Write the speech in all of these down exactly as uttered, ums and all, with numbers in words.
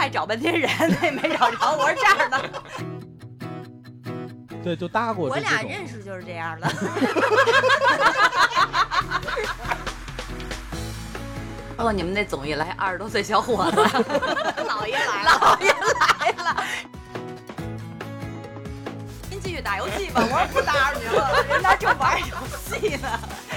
还找半天人，那没找着。我说这样的， 对，就搭过。 我俩认识就是这样的。哦，你们那综艺来二十多岁小伙子，老爷来了，老爷来了。您继续打游戏吧，我说不打扰您了，人家正玩游戏呢。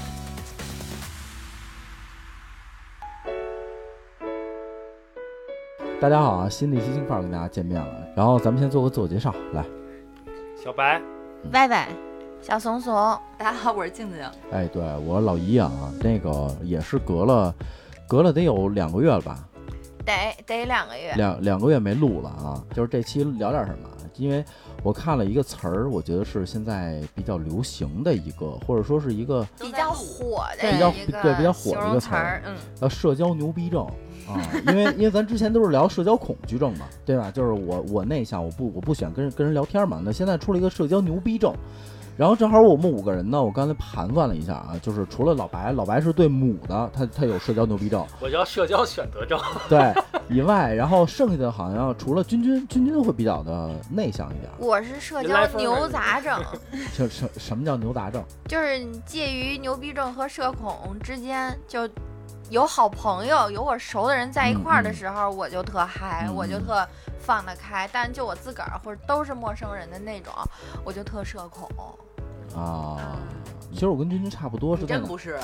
大家好啊，新的一期新范儿跟大家见面了。然后咱们先做个自我介绍，来， 小白， 歪歪，小怂怂，大家好，我是静静。 哎，对我老姨啊，那个也是隔了，隔了得有两个月了吧？ 得得两个月， 两两个月没录了啊。就是这期聊点什么？因为我看了一个词儿，我觉得是现在比较流行的一个，或者说是一个比较火的比较一个对比较火的一个词儿， 嗯， 叫社交牛逼症。啊，因为因为咱之前都是聊社交恐惧症嘛，对吧？就是我我内向，我不我不喜欢跟人跟人聊天嘛。那现在出了一个社交牛逼症，然后正好我们五个人呢，我刚才盘算了一下啊，就是除了老白，老白是对母的，他他有社交牛逼症， 我叫社交选择症， 对以外，然后剩下的好像除了君君，君君会比较的内向一点。 我是社交牛杂症， 就什什么叫牛杂症？ 就是介于牛逼症和社恐之间，就。有好朋友，有我熟的人在一块儿的时候，嗯、我就特嗨、嗯，我就特放得开。但就我自个儿或者都是陌生人的那种，我就特社恐。 啊，嗯、其实我跟君君差不多，是真不是。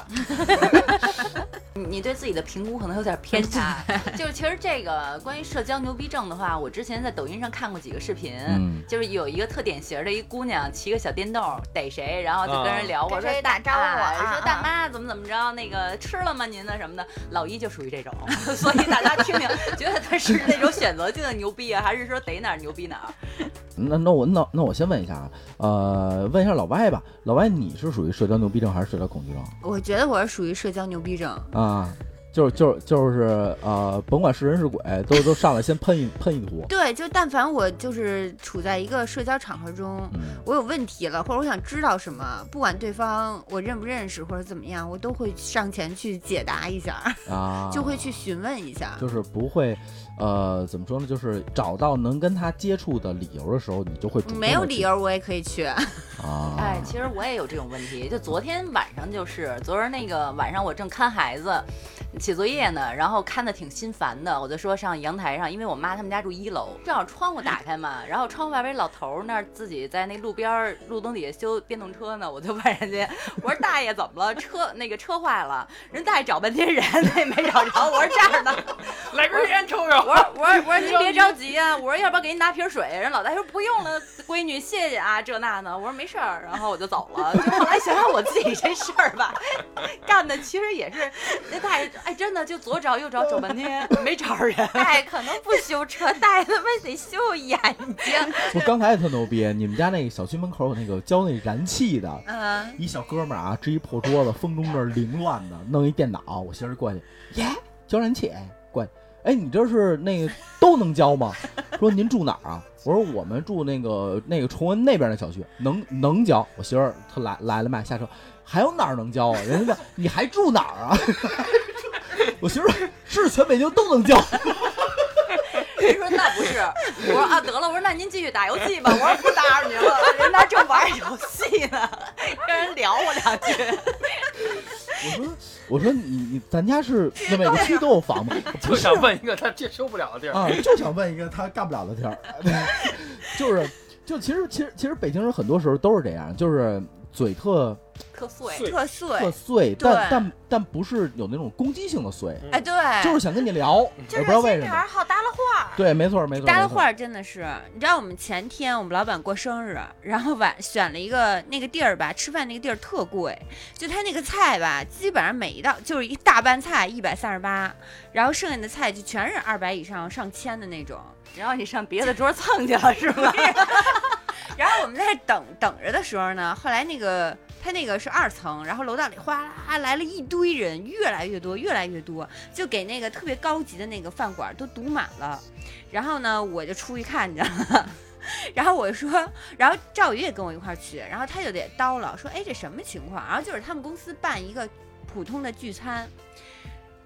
你对自己的评估可能有点偏差。就是其实这个关于社交牛逼症的话，我之前在抖音上看过几个视频，嗯、就是有一个特典型的一姑娘骑个小电动逮谁，然后就跟人聊，啊、我说打招呼，啊、说大妈怎么怎么着，那个吃了吗您的什么的，老一就属于这种，所以大家听听，觉得他是那种选择性的牛逼啊，还是说逮哪儿牛逼哪儿？ 那那我那那我先问一下啊，呃，问一下老歪吧，老歪你是属于社交牛逼症还是社交恐惧症？ 我觉得我是属于社交牛逼症啊。就是就是就是呃，甭管是人是鬼，都都上来先喷一喷一坨。 对，就但凡我就是处在一个社交场合中，嗯、我有问题了，或者我想知道什么，不管对方我认不认识或者怎么样，我都会上前去解答一下啊，就会去询问一下， 就是不会，呃，怎么说呢？就是找到能跟他接触的理由的时候，你就会主动。 没有理由我也可以去啊。 哎，其实我也有这种问题，就昨天晚上就是昨儿那个晚上，我正看孩子。写作业呢，然后看的挺心烦的，我就说上阳台上，因为我妈他们家住一楼，正好窗户打开嘛，然后窗户外边老头那儿自己在那路边路灯底下修电动车呢，我就问人家，我说大爷怎么了？车那个车坏了，人大爷找半天人，那没找着。我说这样的， 来根烟抽抽。 我说我说我说您别着急啊，我说要不要给您拿瓶水？人老大爷说不用了，闺女谢谢啊，这那的。我说没事儿，然后我就走了。就后来想想我自己这事儿吧，干的其实也是那大爷。哎，真的就左找右找找半天没找人。 哎，可能不修车，大爷他妈得修眼睛。 我刚才也特牛逼，你们家那个小区门口有那个教那燃气的，嗯，一小哥们儿啊，支一破桌子，风中这凌乱的，弄一电脑，我媳妇过去，耶，教燃气，过去，哎，你这是那个都能教吗？说您住哪儿啊？我说我们住那个那个崇文那边的小区，能能教。我媳妇儿她来来了嘛，下车，还有哪儿能教啊？人家问你还住哪儿啊？我媳妇说是全北京都能教。 人说那不是，我说啊得了，我说那您继续打游戏吧，我说不打扰您了，人家正玩游戏呢，跟人聊我两句。 我说我说你你咱家是那每个区都有房吗？ 就想问一个他接受不了的地儿啊，就想问一个他干不了的地儿，就是就其实其实其实北京人很多时候都是这样，就是嘴特。 特碎， 特碎， 特碎，但但但不是有那种攻击性的碎， 哎，对， 就是想跟你聊， 就是不知道为什么。 好搭了话， 对，没错没错。 搭了话真的是，你知道我们前天我们老板过生日，然后晚选了一个那个地儿吧，吃饭那个地儿特贵，就他那个菜吧，基本上每一道就是一大拌菜一百三十八，然后剩下的菜就全是二百以上上千的那种。 然后你上别的桌蹭去了是吗？ 然后我们在等等着的时候呢，后来那个。他那个是二层，然后楼道里哗啦来了一堆人，越来越多，越来越多，就给那个特别高级的那个饭馆都堵满了。然后呢，我就出去看去了，然后我就说，然后赵宇也跟我一块去，然后他就得叨唠说，哎，这什么情况？然后就是他们公司办一个普通的聚餐。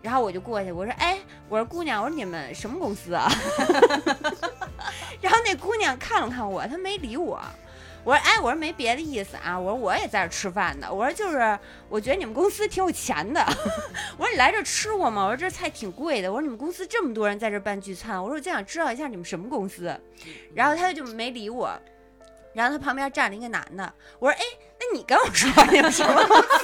然后我就过去，我说哎，我说姑娘，我说你们什么公司啊？然后那姑娘看了看我，她没理我。我说哎，我说没别的意思啊，我说我也在这吃饭的，我说就是我觉得你们公司挺有钱的，我说你来这吃过吗？我说这菜挺贵的，我说你们公司这么多人在这办聚餐，我说我就想知道一下你们什么公司，然后他就没理我，然后他旁边站了一个男的，我说哎，那你跟我说你们什么公司？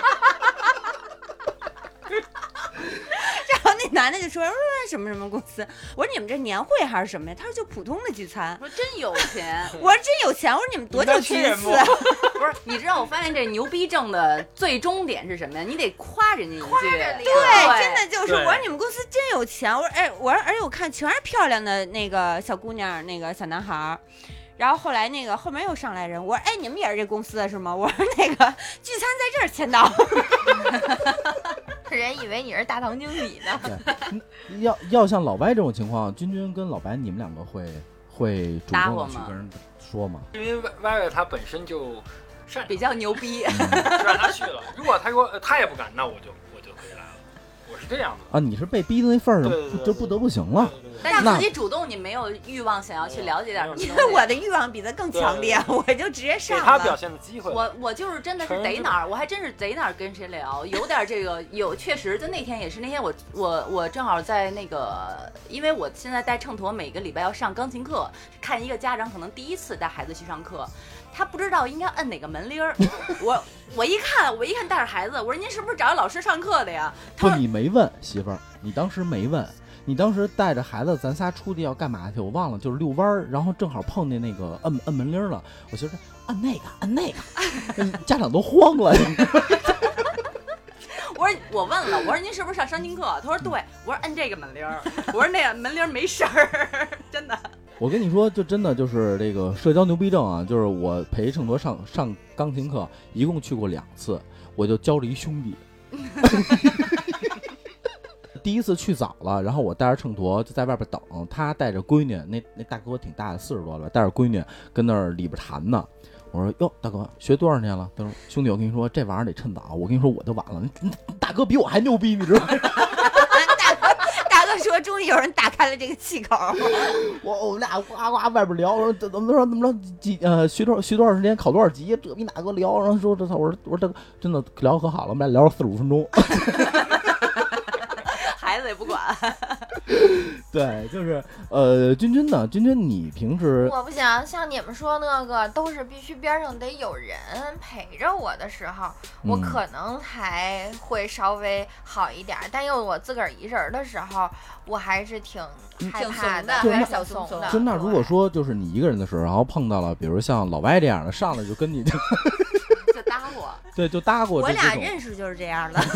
然后那男的就说什么什么公司，我说你们这年会还是什么呀？他说就普通的聚餐。 我说真有钱， 我说真有钱，我说你们多久去一次？ 不是，你知道我发现这牛逼症的最终点是什么呀？你得夸人家一句， 对，对真的就是我说你们公司真有钱。我说哎，我说而且我看全是漂亮的那个小姑娘，那个小男孩。然后后来那个后面又上来人，我说哎，你们也是这公司的是吗？我说那个聚餐在这儿签到。 人以为你是大堂经理呢。 要要像老歪这种情况，君君跟老白你们两个会会主动的去跟人说吗？ 因为歪歪他本身就善比较牛逼， 就让他去了。如果他说、呃、他也不敢，那我就我就回来了。我是这样的啊，你是被逼的那份儿上，就不得不行了。 对对对， 但是自己主动，你没有欲望想要去了解点什么东西。 因为我的欲望比他更强烈，我就直接上了。 给他表现的机会。 我我就是真的是逮哪儿，我还真是逮哪儿跟谁聊，有点这个有确实，就那天也是那天我我我正好在那个，因为我现在带秤砣，每个礼拜要上钢琴课，看一个家长可能第一次带孩子去上课。他不知道应该摁哪个门铃儿，我我一看，我一看带着孩子，我说您是不是找老师上课的呀？ 不，你没问媳妇儿，你当时没问，你当时带着孩子，咱仨出去要干嘛去？我忘了，就是遛弯儿，然后正好碰见那个摁摁门铃了，我寻思摁那个摁那个，家长都慌了。 我说我问了，我说您是不是上声琴课？他说对，我说摁这个门铃儿，我说那个门铃没事儿，真的。 我跟你说，就真的就是这个社交牛逼症啊！就是我陪秤砣上上钢琴课，一共去过两次，我就交了一兄弟。第一次去早了，然后我带着秤砣就在外边等，他带着闺女，那那大哥挺大的，四十多了，带着闺女跟那儿里边弹呢。我说哟，大哥学多少年了？他说兄弟，我跟你说这玩意儿得趁早。我跟你说我就晚了，大哥比我还牛逼，你知道吗？ 说终于有人打开了这个气口， 我我们俩呱呱外边聊，我说怎么说怎么着几呃学多学多少时间考多少级，这比哪个聊，然后说这操，我说我说这个真的聊可好了，我们俩聊了四十五分钟， 孩子也不管。 对，就是呃，君君呢？君君，你平时我不行，像你们说那个，都是必须边上得有人陪着我的时候， 嗯、 我可能还会稍微好一点。但有我自个儿一人的时候，我还是挺害怕的， 有点小怂的。 就那如果说就是你一个人的时候，然后碰到了，比如像老歪这样的，上来就跟你就就搭伙， 对，就搭伙。 我俩认识就是这样的。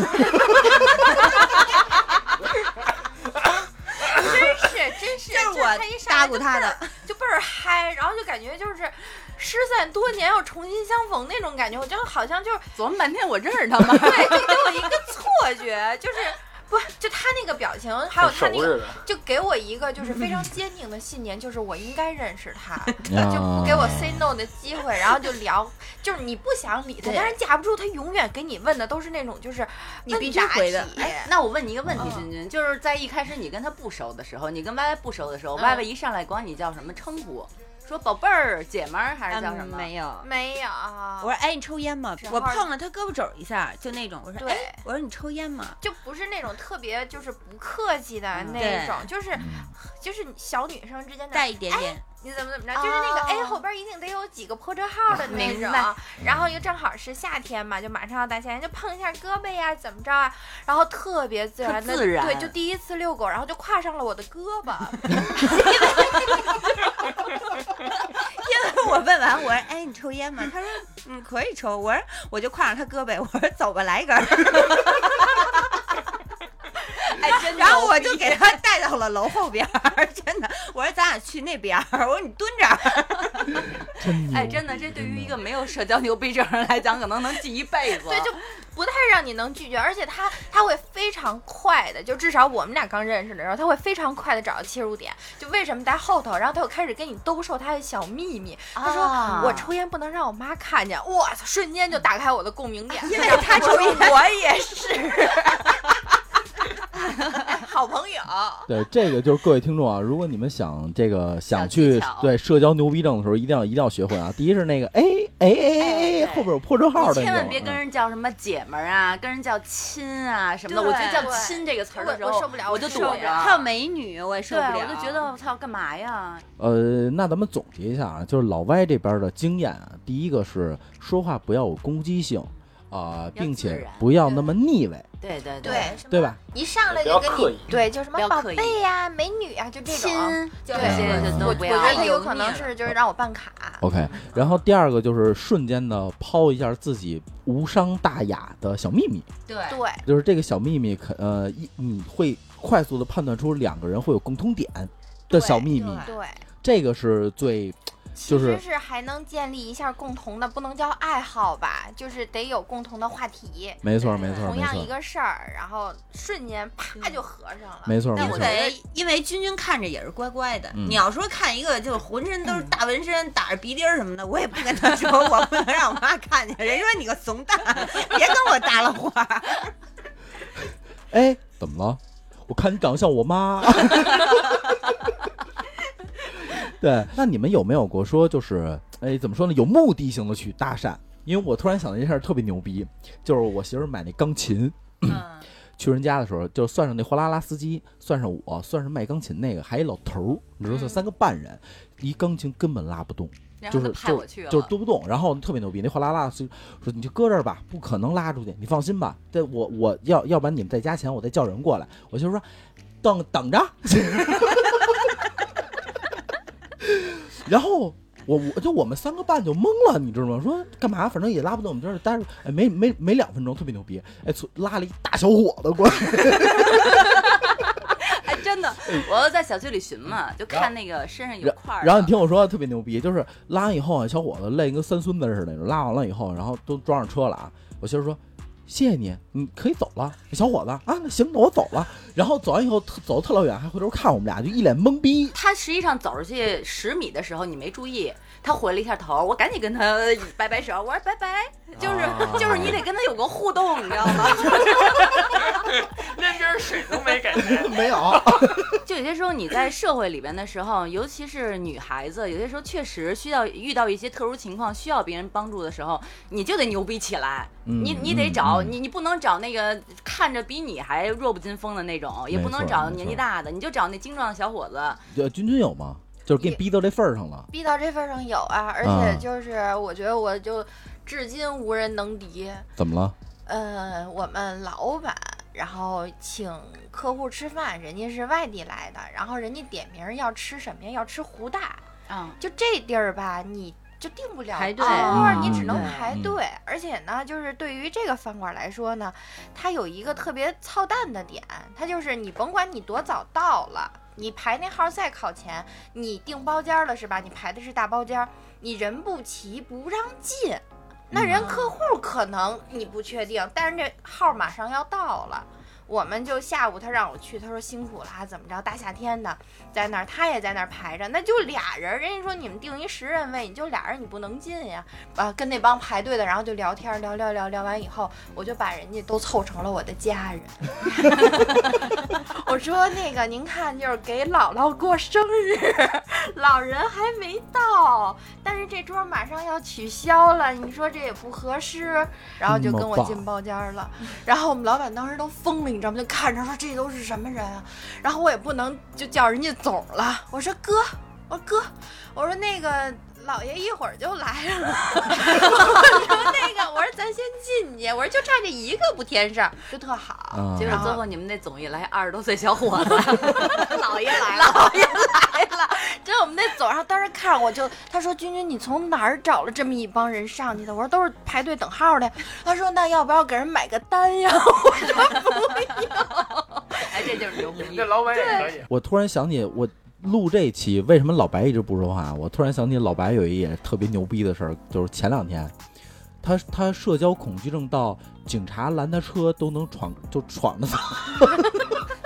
真是，真是， 就是我搭过他的， 就倍儿嗨，然后就感觉就是失散多年又重新相逢那种感觉，我就好像就是琢磨半天我认识他吗？ 对，就给我一个错觉，就是不就他那个表情，还有他那个，就给我一个就是非常坚定的信念，就是我应该认识他，就不给我 say no 的机会，然后就聊，就是你不想理他，但是架不住他永远给你问的都是那种就是你必须回的。 哎，那我问你一个问题，君君，就是在一开始你跟他不熟的时候，你跟歪歪不熟的时候，歪歪一上来管你叫什么称呼？说宝贝儿、姐们儿还是叫什么？ 嗯、没有， 没有。 我说哎，你抽烟吗？我碰了他胳膊肘一下，就那种。我说对， 哎，我说你抽烟吗？ 就不是那种特别就是不客气的那种，嗯、就是就是小女生之间的带一点点。 哎你怎么怎么着？就是那个 A 后边一定得有几个破折号的那种，然后又正好是夏天嘛，就马上要大夏天，就碰一下胳膊呀，怎么着啊？然后特别自然的， 自然对，就第一次遛狗，然后就跨上了我的胳膊。 因为我问完，我说哎，你抽烟吗？他说嗯，可以抽。我说我就跨上他胳膊，我说走吧，来一根。哎，真的，然后我就给他带到了楼后边儿，真的。我说咱俩去那边儿，我说你蹲这儿。 哎，真的，这对于一个没有社交牛逼症人来讲，可能能记一辈子。 对，就不太让你能拒绝，而且他他会非常快的，就至少我们俩刚认识的时候，他会非常快的找到切入点。就为什么在后头，然后他又开始跟你兜售他的小秘密。他说、啊、我抽烟不能让我妈看见，我操，瞬间就打开我的共鸣点， 因为他抽烟， 我也是。 好朋友。 对，这个就是各位听众啊，如果你们想这个想去对社交牛逼症的时候，一定要一定要学会啊。第一是那个哎哎哎哎，后边有破折号的， 千万别跟人叫什么姐们儿啊，跟人叫亲啊什么的。我觉得叫亲这个词儿的时候， 我受不了， 我就躲着。 还有美女，我也受不了， 我就觉得我操，干嘛呀？ 呃，那咱们总结一下啊，就是老歪这边的经验啊，第一个是说话不要有攻击性。啊、呃，并且不要那么腻味， 对对对对吧？ 一上来就跟你对，就什么宝贝呀、美女啊，就这种， 对对对， 我我觉得他有可能是就是让我办卡。 OK， 然后第二个就是瞬间的抛一下自己无伤大雅的小秘密， 对对， 就是这个小秘密可呃一你会快速的判断出两个人会有共通点的小秘密， 对， 这个是最。 其实是还能建立一下共同的，不能叫爱好吧，就是得有共同的话题。 没错没错， 同样一个事儿，然后瞬间啪就合上了。 没错没错。 因为因为君君看着也是乖乖的，嗯、你要说看一个就是浑身都是大纹身、打着鼻钉什么的，我也不跟他说，我不能让我妈看见。人说你个怂蛋，别跟我搭了话。 哎，怎么了？我看你长得像我妈。对，那你们有没有过说就是，哎，怎么说呢？有目的性的去搭讪？因为我突然想到一件事特别牛逼，就是我媳妇买那钢琴，嗯、去人家的时候，就算上那货拉拉司机，算上我，算上卖钢琴那个，还一老头儿，你说算三个半人，一钢琴根本拉不动，就是派我去了， 就是嘟不动。然后特别牛逼，那货拉拉说你就搁这儿吧，不可能拉出去，你放心吧。这我我要要不然你们再加钱，我再叫人过来。我媳妇说等等着。然后我我就我们三个半就懵了，你知道吗？说干嘛？反正也拉不动，我们这儿待着，哎，没没没两分钟，特别牛逼，哎，拉了一大小伙子过来。 哎，真的，我在小区里巡嘛，就看那个身上有块儿。 然后你听我说，特别牛逼，就是拉完以后啊，小伙子累跟三孙子似的那种，拉完了以后，然后都装上车了啊。我媳妇说。谢谢你，你可以走了，小伙子啊，那行，那我走了。然后走完以后，走特老远，还回头看我们俩，就一脸懵逼。 他实际上走出去十米的时候，你没注意，他回了一下头，我赶紧跟他摆摆手，我说拜拜，就是、啊、就是你得跟他有个互动，你知道吗？ 连瓶水都没给， 没有。 就有些时候你在社会里边的时候，尤其是女孩子，有些时候确实需要遇到一些特殊情况，需要别人帮助的时候，你就得牛逼起来， 嗯、 你你得找。 嗯你你不能找那个看着比你还弱不禁风的那种，也不能找年纪大的，你就找那精壮的小伙子。 就君君有吗？就是给你逼到这份儿上了。 逼到这份儿上有啊，而且就是我觉得我就至今无人能敌。 怎么了？ 呃，我们老板然后请客户吃饭，人家是外地来的，然后人家点名要吃什么呀？要吃胡大。 嗯， 就这地儿吧，你。就订不了排队， 哦，你只能排队。而且呢，就是对于这个饭馆来说呢，它有一个特别操蛋的点，它就是你甭管你多早到了，你排那号再靠前，你订包间了是吧？你排的是大包间，你人不齐不让进。那人客户可能你不确定，但是这号马上要到了。我们就下午他让我去，他说辛苦了，怎么着？大夏天的，在那儿他也在那儿排着，那就俩人。人家说你们订一十人位，你就俩人，你不能进呀。啊，跟那帮排队的，然后就聊天，聊聊聊聊完以后，我就把人家都凑成了我的家人。我说那个您看，就是给姥姥过生日，老人还没到，但是这桌马上要取消了，你说这也不合适，然后就跟我进包间了。然后我们老板当时都疯了。你知道吗？就看着说这都是什么人啊？然后我也不能就叫人家走了。我说哥，我说哥，我说那个老爷一会儿就来了。我说那个，我说咱先进去。我说就差这一个不添上，就特好。 嗯、 结果最后你们那总一来二十多岁小伙子，老爷来了，老爷来了。真我们那走上当时看我就，他说君君你从哪儿找了这么一帮人上去的？我说都是排队等号的。他说那要不要给人买个单呀？我说不要。 哎，这就是牛逼。 这老板也可以。 我突然想起我录这期为什么老白一直不说话，我突然想起老白有一也特别牛逼的事儿，就是前两天他他社交恐惧症到警察拦他车都能闯就闯着走。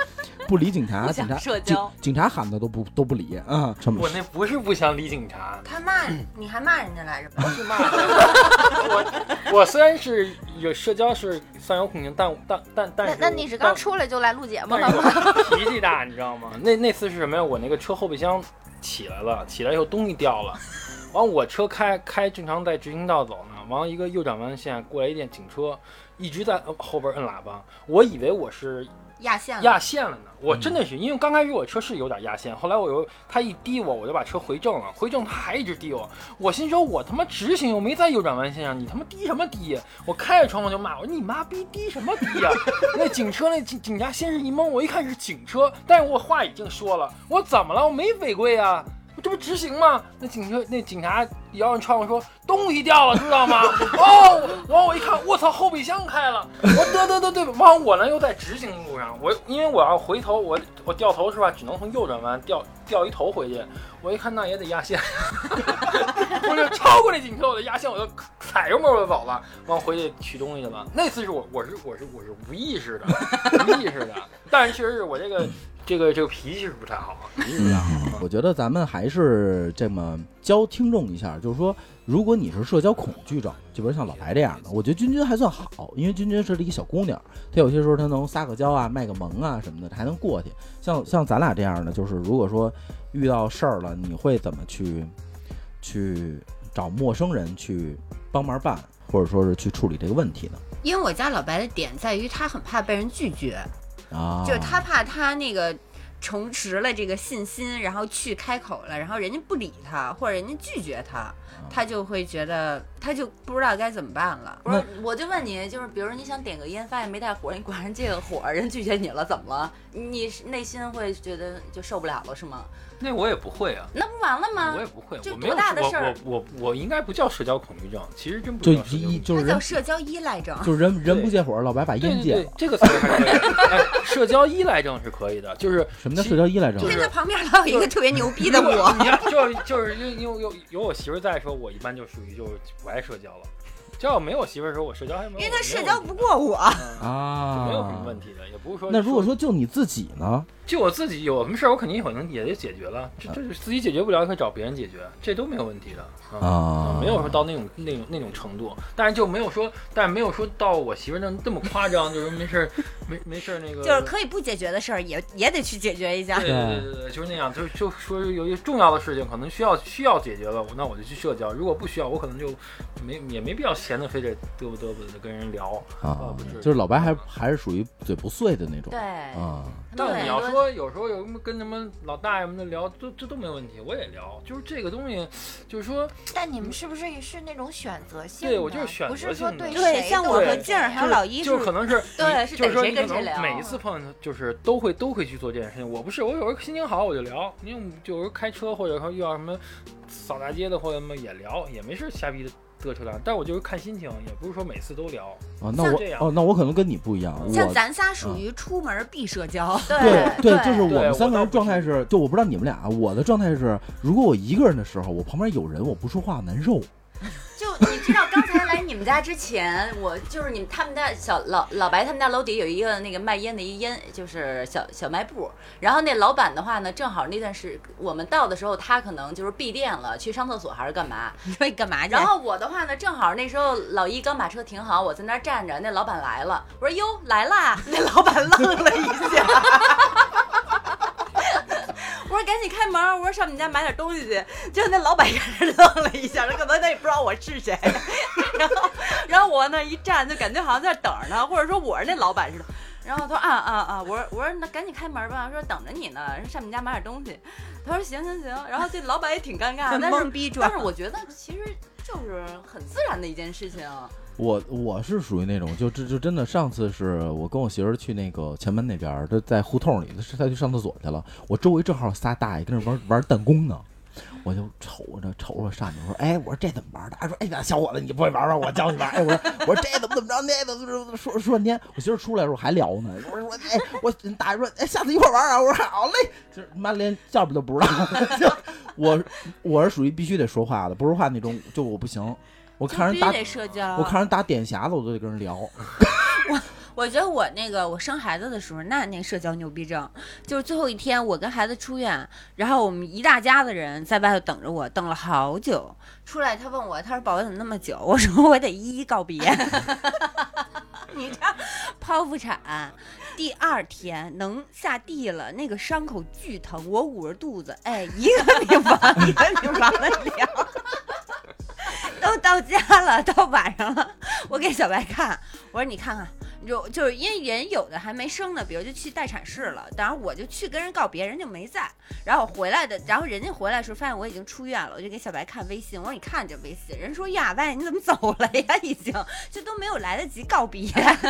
不理警察，警察社交， 警察喊的都不都不理啊。 我那不是不想理警察， 他骂你还骂人家来着？ 不是骂我，我虽然是有社交是算有恐惧，但但但但是那那你是刚出来就来录节目了吗？ 脾气大，你知道吗？那那次是什么呀？我那个车后备箱起来了，起来以后东西掉了，完我车开开正常在直行道走呢，完一个右转弯线过来一辆警车，一直在后边摁喇叭，我以为我是压线了， 压线了呢。我真的是因为刚开始我车是有点压线，后来我有他一滴我，我就把车回正了，回正他还一直滴我，我心说我他妈直行又没在右转弯线上，你他妈滴什么滴？我开着窗户就骂我，你妈逼滴什么滴呀、啊？那警车那警警察先是一懵，我一看是警车，但是我话已经说了，我怎么了？我没违规啊。这不直行吗？那警车那警察摇着窗户说东西掉了，知道吗？哦，完我一看，我操，后备箱开了！我得得得对，完我呢又在直行路上，我因为我要回头，我我掉头是吧？只能从右转弯掉掉一头回去。我一看那也得压线，我就超过那警车，我的压线我就踩着门我就走了，完回去取东西去了。那次是我我是我是我是无意识的，无意识的，但是确实是我这个。这个这个脾气是不太好，脾气不太好。 我觉得咱们还是这么教听众一下，就是说，如果你是社交恐惧症，就比如像老白这样的，我觉得君君还算好，因为君君是一个小姑娘，她有些时候她能撒个娇啊、卖个萌啊什么的，还能过去。像像咱俩这样的，就是如果说遇到事儿了，你会怎么去去找陌生人去帮忙办，或者说是去处理这个问题呢？ 因为我家老白的点在于他很怕被人拒绝。 啊， 就是他怕他那个重拾了这个信心，然后去开口了，然后人家不理他，或者人家拒绝他，他就会觉得他就不知道该怎么办了。 不是，我就问你，就是比如你想点个烟，发现没带火，你管人借个火，人拒绝你了，怎么了？你内心会觉得就受不了了是吗？ 那我也不会啊， 那不完了吗？ 我也不会， 就多大的事儿？ 我我我我应该不叫社交恐惧症，其实真不就一就是那叫社交依赖症， 就是人人不借火，老白把烟戒了。 对对对，这个词还可以。哎，社交依赖症是可以的，就是什么叫社交依赖症？ 就是他旁边老有一个特别牛逼的我， 你看，就就是因为有有有我媳妇在的时候，我一般就属于就是不爱社交了。只要没有媳妇的时候，我社交还没有， 因为他社交不过我啊， 啊， 没有什么问题的，也不是说。 那如果说就你自己呢？ 就我自己有什么事儿，我肯定可能也得解决了。这这是自己解决不了，可以找别人解决，这都没有问题的啊，啊没有说到那种那种那种程度。但是就没有说，但是没有说到我媳妇那那么夸张，就是没事没没事那个。 就是可以不解决的事儿，也也得去解决一下。 对对对对，就是那样，就就说有一些重要的事情，可能需要需要解决了，那我就去社交；如果不需要，我可能就没也没必要闲得非得嘚啵嘚啵的跟人聊啊。就是老白还还是属于嘴不碎的那种。 对啊。 但你要说有时候有什么跟什么老大爷们的聊，这这都没问题，我也聊。就是这个东西，就是说， 但你们是不是是那种选择性的？ 对，我就是选择性的。 不是说对对，像我和静儿还有老一， 就是可能是对，是就是说谁跟谁聊。 每一次碰就是都会都会去做这件事情。我不是，我有时候心情好我就聊，因为就有时候开车或者说遇到什么扫大街的或者什么也聊，也没事瞎逼的。嘚车辆，但我就是看心情，也不是说每次都聊。 哦，那我哦，那我可能跟你不一样。 像咱仨属于出门必社交。 对对，就是我们三个人状态是，就我不知道你们俩，我的状态是，如果我一个人的时候，我旁边有人，我不说话难受。 就你知道，刚才来你们家之前，我就是你们他们家小老老白他们家楼底有一个那个卖烟的一烟，就是小小卖部。然后那老板的话呢，正好那段时我们到的时候，他可能就是闭店了，去上厕所还是干嘛？ 你说你干嘛去？ 然后我的话呢，正好那时候老一刚把车停好，我在那儿站着，那老板来了，我说哟来啦，那老板愣了一下。我说赶紧开门，我说上你家买点东西去。结果那老板也是愣了一下，他可能他也不知道我是谁。然后，然后我呢一站就感觉好像在等着他，或者说我是那老板似的。然后他说啊啊啊，我说我说那赶紧开门吧，说等着你呢，上你家买点东西。他说行行行。然后这老板也挺尴尬，但是但是我觉得其实就是很自然的一件事情。 我我是属于那种，就就就真的，上次是我跟我媳妇儿去那个前门那边，她在胡同里，她去上厕所去了，我周围正好仨大爷跟那玩玩弹弓呢，我就瞅着瞅着上去，我说哎，我说这怎么玩的？他说哎，小伙子你不会玩玩，我教你玩。哎，我说我说这怎么怎么着，那怎么怎么说说半天，我媳妇出来的时候还聊呢，我说哎，我大爷说哎，下次一块玩啊，我说好嘞，就是妈连叫不都不知道，就我我是属于必须得说话的，不说话那种就我不行。我看人打， 社交我看人打点匣子，我都得跟人聊。 我我觉得我那个我生孩子的时候，那那社交牛逼症，就是最后一天我跟孩子出院，然后我们一大家子人在外头等着我，等了好久。出来他问我，他说宝宝怎么那么久？我说我得一一告别。你知道剖腹产第二天能下地了，那个伤口巨疼，我捂着肚子，哎，一个比完一个比完了了。都到家了，到晚上了，我给小白看，我说你看看，就就是因为人有的还没生呢，比如就去待产室了，然后我就去跟人告别，人就没在，然后回来的，然后人家回来的时候发现我已经出院了，我就给小白看微信，我说你看这微信，人说呀，喂，你怎么走了呀？已经就都没有来得及告别。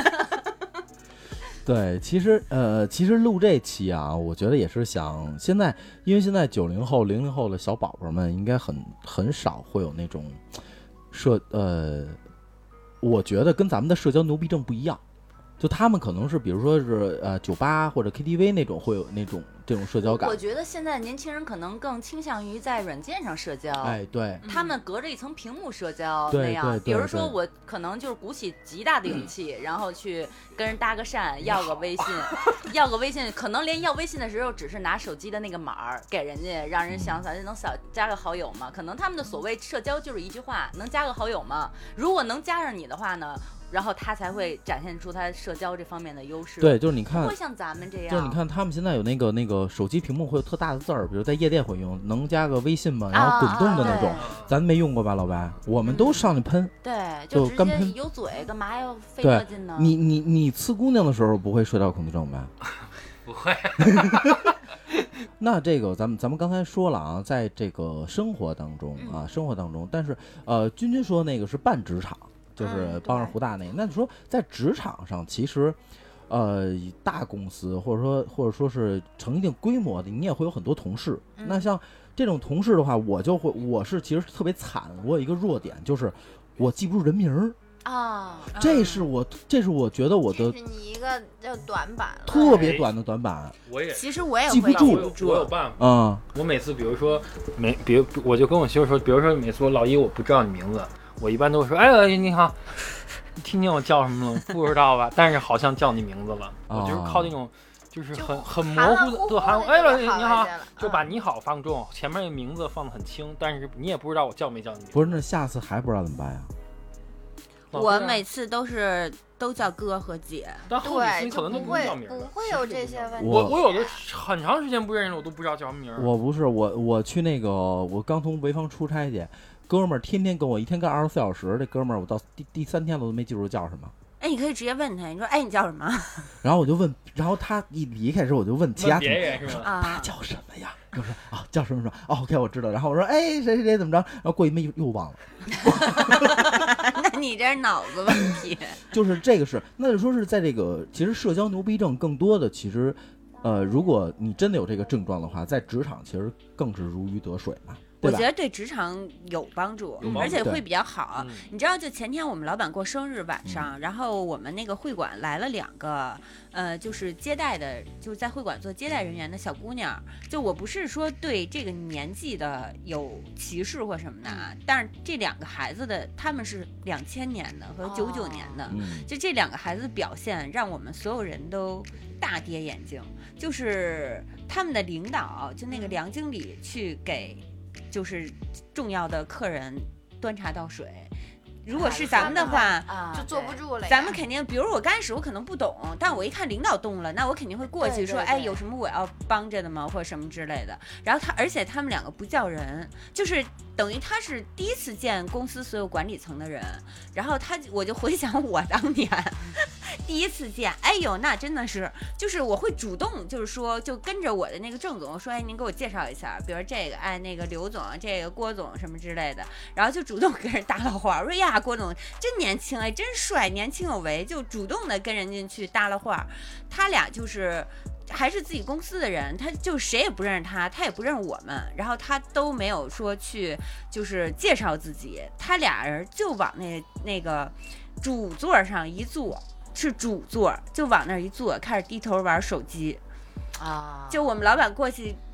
对，其实呃，其实录这期啊，我觉得也是想现在，因为现在九零后、零零后的小宝宝们应该很很少会有那种社呃，我觉得跟咱们的社交牛逼症不一样，就他们可能是比如说是呃酒吧或者 K T V 那种会有那种这种社交感。 我觉得现在年轻人可能更倾向于在软件上社交， 哎，对， 他们隔着一层屏幕社交对那样。 对对对比如说我可能就是鼓起极大的勇气，然后去跟人搭个讪，要个微信，要个微信，可能连要微信的时候只是拿手机的那个码儿给人家，让人想想能扫加个好友吗？可能他们的所谓社交就是一句话，能加个好友吗？如果能加上你的话呢？然后他才会展现出他社交这方面的优势。 对，就是你看， 不会像咱们这样。 就是你看，他们现在有那个那个手机屏幕会有特大的字儿，比如在夜店会用，能加个微信吗？然后滚动的那种，啊、咱没用过吧，老白？我们都上去喷。 嗯、对， 就直接有嘴，干嘛要费这劲呢？ 你你你呲姑娘的时候不会社交恐惧症吧？ 不会。 那这个咱们咱们刚才说了啊，在这个生活当中啊，生活当中，但是呃，君君说那个是半职场。就是帮着胡大那个，那你说在职场上，其实，呃，大公司或者说或者说是成一定规模的，你也会有很多同事。嗯、那像这种同事的话，我就会，我是其实特别惨，我有一个弱点，就是我记不住人名儿啊。 这是我，这是我觉得我的， 这是你一个叫短板， 特别短的短板。 我也， 其实我也记不住， 我有办法啊、嗯。 我每次比如说没，比如我就跟我媳妇说，比如说每次我老姨我不知道你名字。我一般都说，哎，你好，你听听我叫什么了？不知道吧？但是好像叫你名字了。哦、我就是靠那种，就是很很模糊的，对，含哎，老你好，就把你好放重，前面的名字放得很轻，但是你也不知道我叫没叫你名字。 不是，那下次还不知道怎么办呀？ 我每次都是都叫哥和姐， 但后期可能都不会叫名， 不会有这些问题。 我我有的很长时间不认识，我都不知道叫什么名。 我不是我我去那个，我刚从潍坊出差去。哥们儿天天跟我一天干二十四小时，这哥们儿我到第第三天我都没记住叫什么。 哎，你可以直接问他，你说哎你叫什么？ 然后我就问，然后他一离开时候我就问其他同学， 我说他叫什么呀？我说啊叫什么什么？哦 OK 我知道。然后我说哎谁谁谁怎么着？然后过一没又忘了。 那你这是脑子问题。 就是这个是，那就说是在这个其实社交牛逼症更多的其实，呃，如果你真的有这个症状的话，在职场其实更是如鱼得水嘛。 我觉得对职场有帮助，而且会比较好。你知道，就前天我们老板过生日晚上，嗯、然后我们那个会馆来了两个，呃，就是接待的，就是在会馆做接待人员的小姑娘。就我不是说对这个年纪的有歧视或什么的啊，但是这两个孩子的他们是两千年的和九九年的，哦、就这两个孩子的表现让我们所有人都大跌眼镜。就是他们的领导，就那个梁经理去给。就是重要的客人端茶倒水，如果是咱们的话， 啊、就坐不住了。 咱们肯定，比如我刚开始我可能不懂，但我一看领导动了，那我肯定会过去说，哎，有什么我要帮着的吗，或者什么之类的。然后他，而且他们两个不叫人，就是等于他是第一次见公司所有管理层的人。然后他，我就回想我当年第一次见，哎呦，那真的是，就是我会主动，就是说，就跟着我的那个郑总说，哎，您给我介绍一下，比如这个，哎，那个刘总，这个郭总什么之类的，然后就主动跟人搭了话，说呀，郭总真年轻，哎，真帅，年轻有为，就主动的跟人家去搭了话，他俩就是。还是自己公司的人，他就谁也不认识他，他也不认识我们，然后他都没有说去就是介绍自己，他俩人就往那那个主座上一坐，是主座，就往那一坐，开始低头玩手机啊。就我们老板过去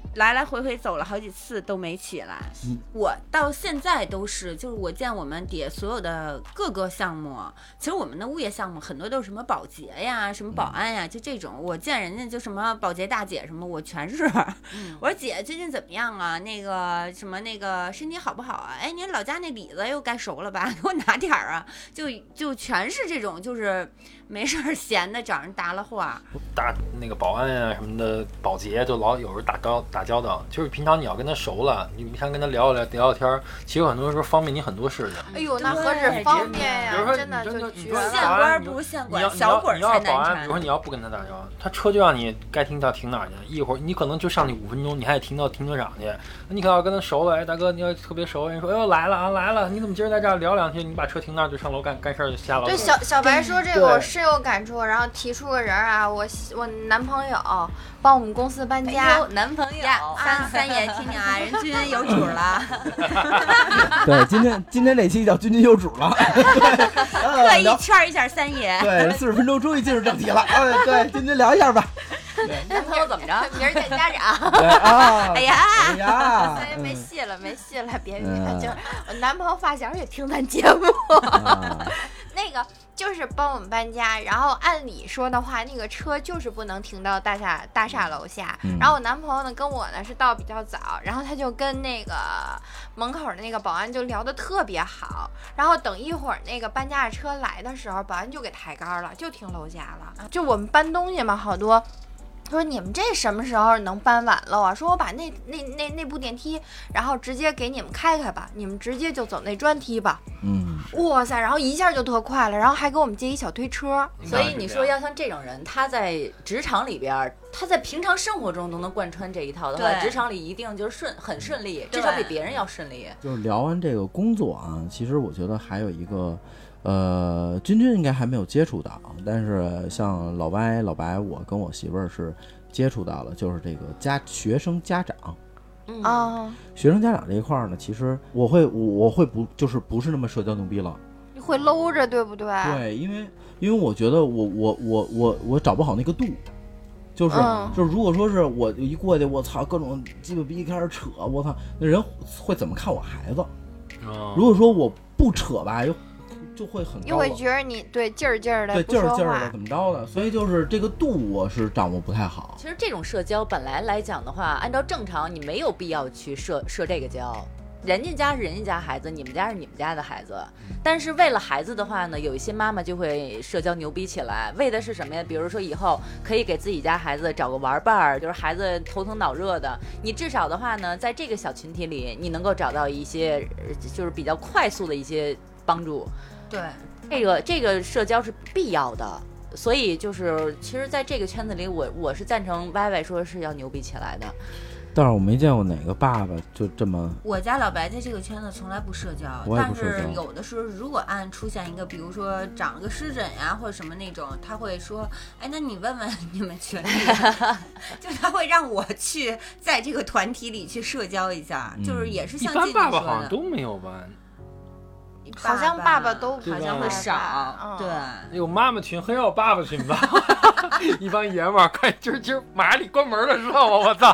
来来回回走了好几次都没起来。嗯、我到现在都是，就是我见我们底下所有的各个项目，其实我们的物业项目很多都是什么保洁呀、什么保安呀，就这种。我见人家就什么保洁大姐什么，我全是。嗯、我说姐最近怎么样啊？那个什么那个身体好不好啊？哎，您老家那李子又该熟了吧？给我拿点儿啊！就就全是这种，就是没事儿闲的找人搭了话。 打那个保安啊什么的，保洁就老有时候打交打交道，就是平常你要跟他熟了，你平常跟他聊聊聊聊天，其实很多时候方便你很多事情。 哎呦，那何止方便呀！ 比如说真的就你说县官不如县官，小鬼才难缠。你要保安，比如说你要不跟他打交道，他车就让你该停到停哪儿去，一会儿你可能就上去五分钟，你还得停到停车场去。你可要跟他熟了，哎，大哥，你要特别熟，人说，哎呦来了啊来了，你怎么今儿在这儿聊两句？你把车停那儿就上楼干干事儿就下楼。 对，小小白说这个我深有感触，然后提出个人啊，我我男朋友帮我们公司搬家， 哎、男朋友三三爷听听啊，人君有主了。 对，今天今天这期叫君君有主了， 特意圈一下三爷。 对，四十分钟终于进入正题了。哎，对，君君聊一下吧。 男朋友怎么着？ 明儿见家长。 对啊， 哎呀， 哎呀， 三爷没戏了，没戏了，别别，就我男朋友发小也听咱节目。那个就是帮我们搬家，然后按理说的话，那个车就是不能停到大厦大厦楼下。嗯、然后我男朋友呢跟我呢是到比较早，然后他就跟那个门口的那个保安就聊得特别好。然后等一会儿那个搬家的车来的时候，保安就给抬杆了，就停楼下了。就我们搬东西嘛，好多。说你们这什么时候能搬完了啊？说我把那那那那部电梯，然后直接给你们开开吧，你们直接就走那专梯吧。嗯，哇塞，然后一下就特快了，然后还给我们借一小推车。 所以你说要像这种人，他在职场里边，他在平常生活中都能贯穿这一套的话，职场里一定就是顺很顺利，至少比别人要顺利。 就是聊完这个工作啊，其实我觉得还有一个。呃，君君应该还没有接触到，但是像老歪、老白，我跟我媳妇儿是接触到了，就是这个家学生家长。 嗯啊， 学生家长这一块儿呢，其实我会我我会不就是不是那么社交牛逼了， 你会搂着，对不对？ 对，因为因为我觉得我我我我我找不好那个度。就是、嗯、就是，如果说是我一过去，我操，各种鸡巴逼开始扯，我操，那人会怎么看我孩子？ 嗯、 如果说我不扯吧，又就会很高， 又会觉得你对劲儿劲儿的， 对劲儿劲儿的怎么着的，所以就是这个度我是掌握不太好。 其实这种社交本来来讲的话，按照正常你没有必要去社社这个交。人家家是人家家孩子，你们家是你们家的孩子，但是为了孩子的话呢，有一些妈妈就会社交牛逼起来，为的是什么呀？比如说以后可以给自己家孩子找个玩伴儿，就是孩子头疼脑热的，你至少的话呢，在这个小群体里，你能够找到一些就是比较快速的一些帮助。 对， 这个这个社交是必要的，所以就是其实在这个圈子里，我我是赞成歪歪说是要牛逼起来的。 但是我没见过哪个爸爸就这么。 我家老白在这个圈子从来不社交，但是有的时候如果按出现一个，比如说长了个湿疹呀或者什么那种，他会说，哎，那你问问你们群里，就他会让我去在这个团体里去社交一下，嗯、就是也是像一般爸爸好像都没有吧。 好像爸爸都好像会少，对。 有妈妈群，很少爸爸群吧？一帮爷们儿，快今儿今儿马上你关门了，知道吗？我操！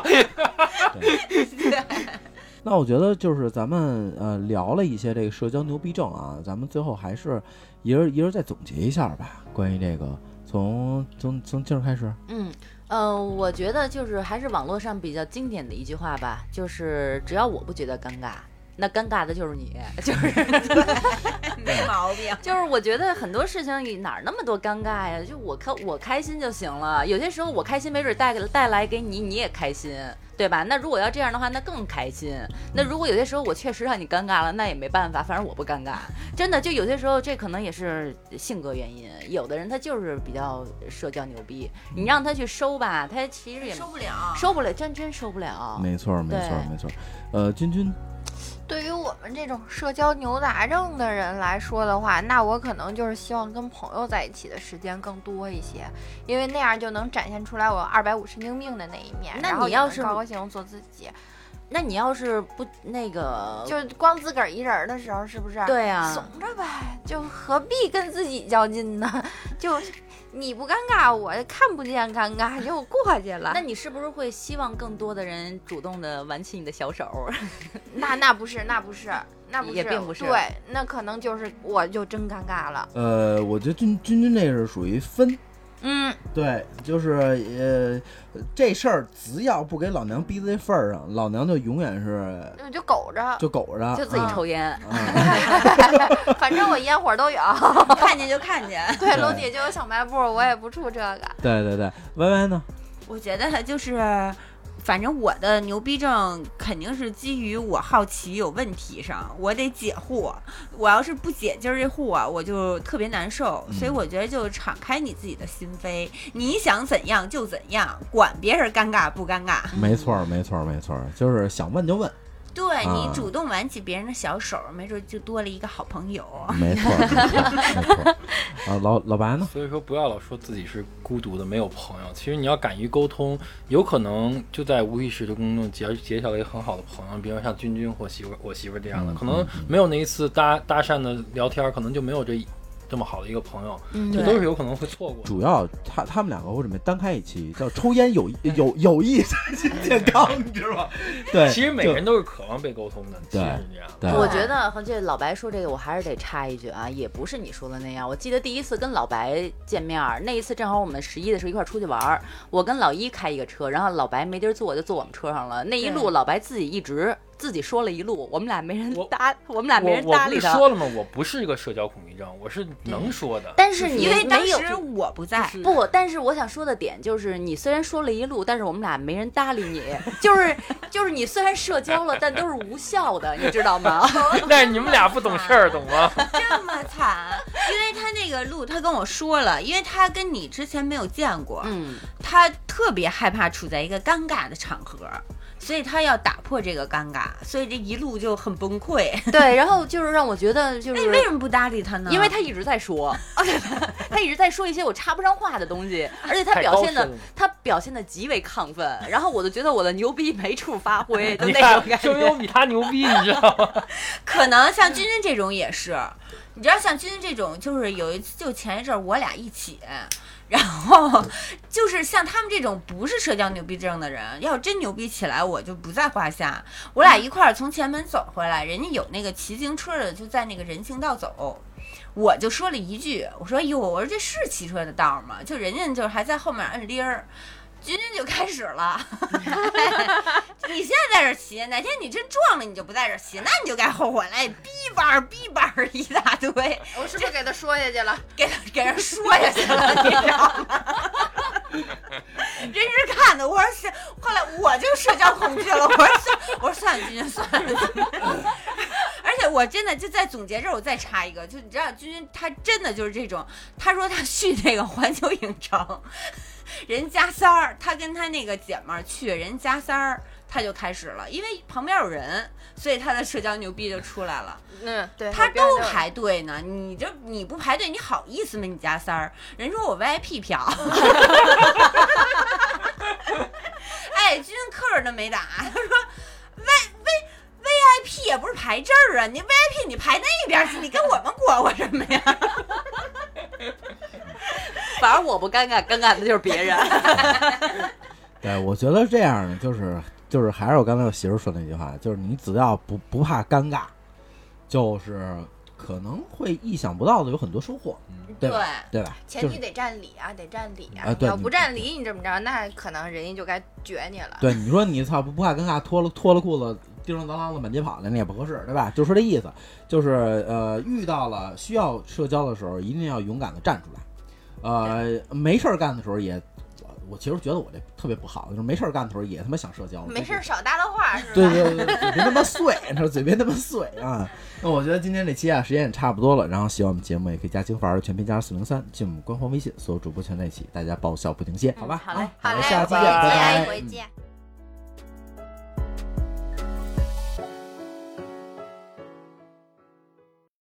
那我觉得就是咱们呃聊了一些这个社交牛逼症啊，咱们最后还是一人一人再总结一下吧。关于这个，从从从今儿开始， 嗯嗯、呃，我觉得就是还是网络上比较经典的一句话吧，就是只要我不觉得尴尬。那尴尬的就是你，就是没毛病。 就是我觉得很多事情哪儿那么多尴尬呀？就我开我开心就行了。有些时候我开心，没准带带来给你，你也开心，对吧？那如果要这样的话，那更开心。那如果有些时候我确实让你尴尬了，那也没办法，反正我不尴尬。真的，就有些时候这可能也是性格原因。有的人他就是比较社交牛逼，你让他去收吧，他其实也收不了， 收不了，真真收不了。 没错，没错，没错。呃，君君。 对于我们这种社交牛杂症的人来说的话，那我可能就是希望跟朋友在一起的时间更多一些，因为那样就能展现出来我二百五神经病的那一面。 那你要是高高兴做自己， 那你要是不那个， 就光自个儿一人的时候，是不是？ 对啊， 怂着呗，就何必跟自己较劲呢？就你不尴尬，我看不见尴尬就过去了。 那你是不是会希望更多的人主动的挽起你的小手？ 那那不是，那不是。那不是也并不是， 对，那可能就是我就真尴尬了。 呃，我觉得君君君这是属于分， 嗯， 对，就是呃这事儿只要不给老娘逼在份儿上，老娘就永远是就苟着， 就苟着， 就自己抽烟。 嗯嗯、反正我烟火都有， 看见就看见。 对，楼底就有小卖部，我也不出这个。 对对对，歪歪呢？ 我觉得就是。反正我的牛逼症肯定是基于我好奇有问题上，我得解惑。我要是不解今儿这惑啊，我就特别难受。 嗯、 所以我觉得就敞开你自己的心扉，你想怎样就怎样，管别人尴尬不尴尬。 没错，没错，没错，就是想问就问。 对、啊、你主动挽起别人的小手，没准就多了一个好朋友。 没错，没错，没错。啊，老老白呢？ 所以说不要老说自己是孤独的，没有朋友。其实你要敢于沟通，有可能就在无意识的当中结结交了一个很好的朋友，比如像君君或媳妇我媳妇这样的， 嗯、 可能没有那一次搭搭讪的聊天，可能就没有这。这么好的一个朋友， 嗯、 这都是有可能会错过。 主要他他们两个我准备单开一期，叫抽烟有有有益身心健康，你知道吗？对， 其实每个人都是渴望被沟通的， 对， 是这样。 对， 我觉得和这老白说这个，我还是得插一句啊，也不是你说的那样。我记得第一次跟老白见面，那一次正好我们十一的时候一块出去玩，我跟老一开一个车，然后老白没地儿坐，就坐我们车上了。那一路老白自己一直。自己说了一路，我们俩没人搭，我, 我们俩没人搭理他。 我不是说了吗？我不是一个社交恐惧症，我是能说的。 但是你因为当时我不在， 就是、不，但是我想说的点就是，你虽然说了一路，但是我们俩没人搭理你，就是就是你虽然社交了，但都是无效的，你知道吗？ 但是你们俩不懂事儿，懂吗？ 这么惨，因为他那个路，他跟我说了，因为他跟你之前没有见过， 嗯， 他特别害怕处在一个尴尬的场合。所以他要打破这个尴尬，所以这一路就很崩溃。 对，然后就是让我觉得就是， 哎，为什么不搭理他呢？ 因为他一直在说，他一直在说一些我插不上话的东西，而且他表现的他表现的极为亢奋，然后我就觉得我的牛逼没处发挥，就那种感觉。 就有比他牛逼，你知道吗？ 可能像君君这种也是，你知道，像君君这种，就是有一次，就前一阵我俩一起。然后就是像他们这种不是社交牛逼症的人，要真牛逼起来，我就不在话下。我俩一块儿从前门走回来，人家有那个骑自行车的，就在那个人行道走，我就说了一句，我说哟，我说这是骑车的道吗？就人家就还在后面摁铃儿。君君就开始了，你现在在这骑，哪天你真撞了，你就不在这骑，那你就该后悔了。哎，逼板逼板一大堆， 我是不是给他说下去了？ 给给人说下去了，你知道吗？人是看的，我说是，后来我就社交恐惧了，我说算，我说算了，君君算了。而且我真的就在总结这儿，我再插一个，就你知道，君君他真的就是这种，他说他去那个环球影城。人加三儿，他跟他那个姐们儿去，人加三儿，他就开始了，因为旁边有人，所以他的社交牛逼就出来了。 嗯，对， 他都排队呢，你这你不排队，你好意思吗？你加三儿，人说我 V I P 票。哎，君客人都没打，他说 V V V I P 也不是排这儿啊，你 V I P 你排那边去，你跟我们过过什么呀？ 反正我不尴尬，尴尬的就是别人。 对，我觉得这样呢，就是就是还是我刚才我媳妇说那句话，就是你只要不不怕尴尬，就是可能会意想不到的有很多收获，对吧？对吧？ 前提得占理啊，得占理啊！ 啊你要不占理，你这么着，那可能人家就该撅你了。 对，你说你操不不怕尴尬，脱了脱了裤子。叮当当当的满街跑的那也不合适，对吧？就说这意思，就是呃，遇到了需要社交的时候，一定要勇敢的站出来。呃，没事儿干的时候也，我我其实觉得我这特别不好，就是没事儿干的时候也他妈想社交。 没事儿少搭搭话，是吧？ 对对对，嘴别他妈碎，你说嘴别他妈碎啊！那我觉得今天这期啊，时间也差不多了。然后喜欢我们节目，也可以加京范儿全拼加四零三，进我们官方微信，所有主播全在一起，大家爆笑不停歇，好吧？ 好嘞， 好嘞， 下期见，拜拜。 回见。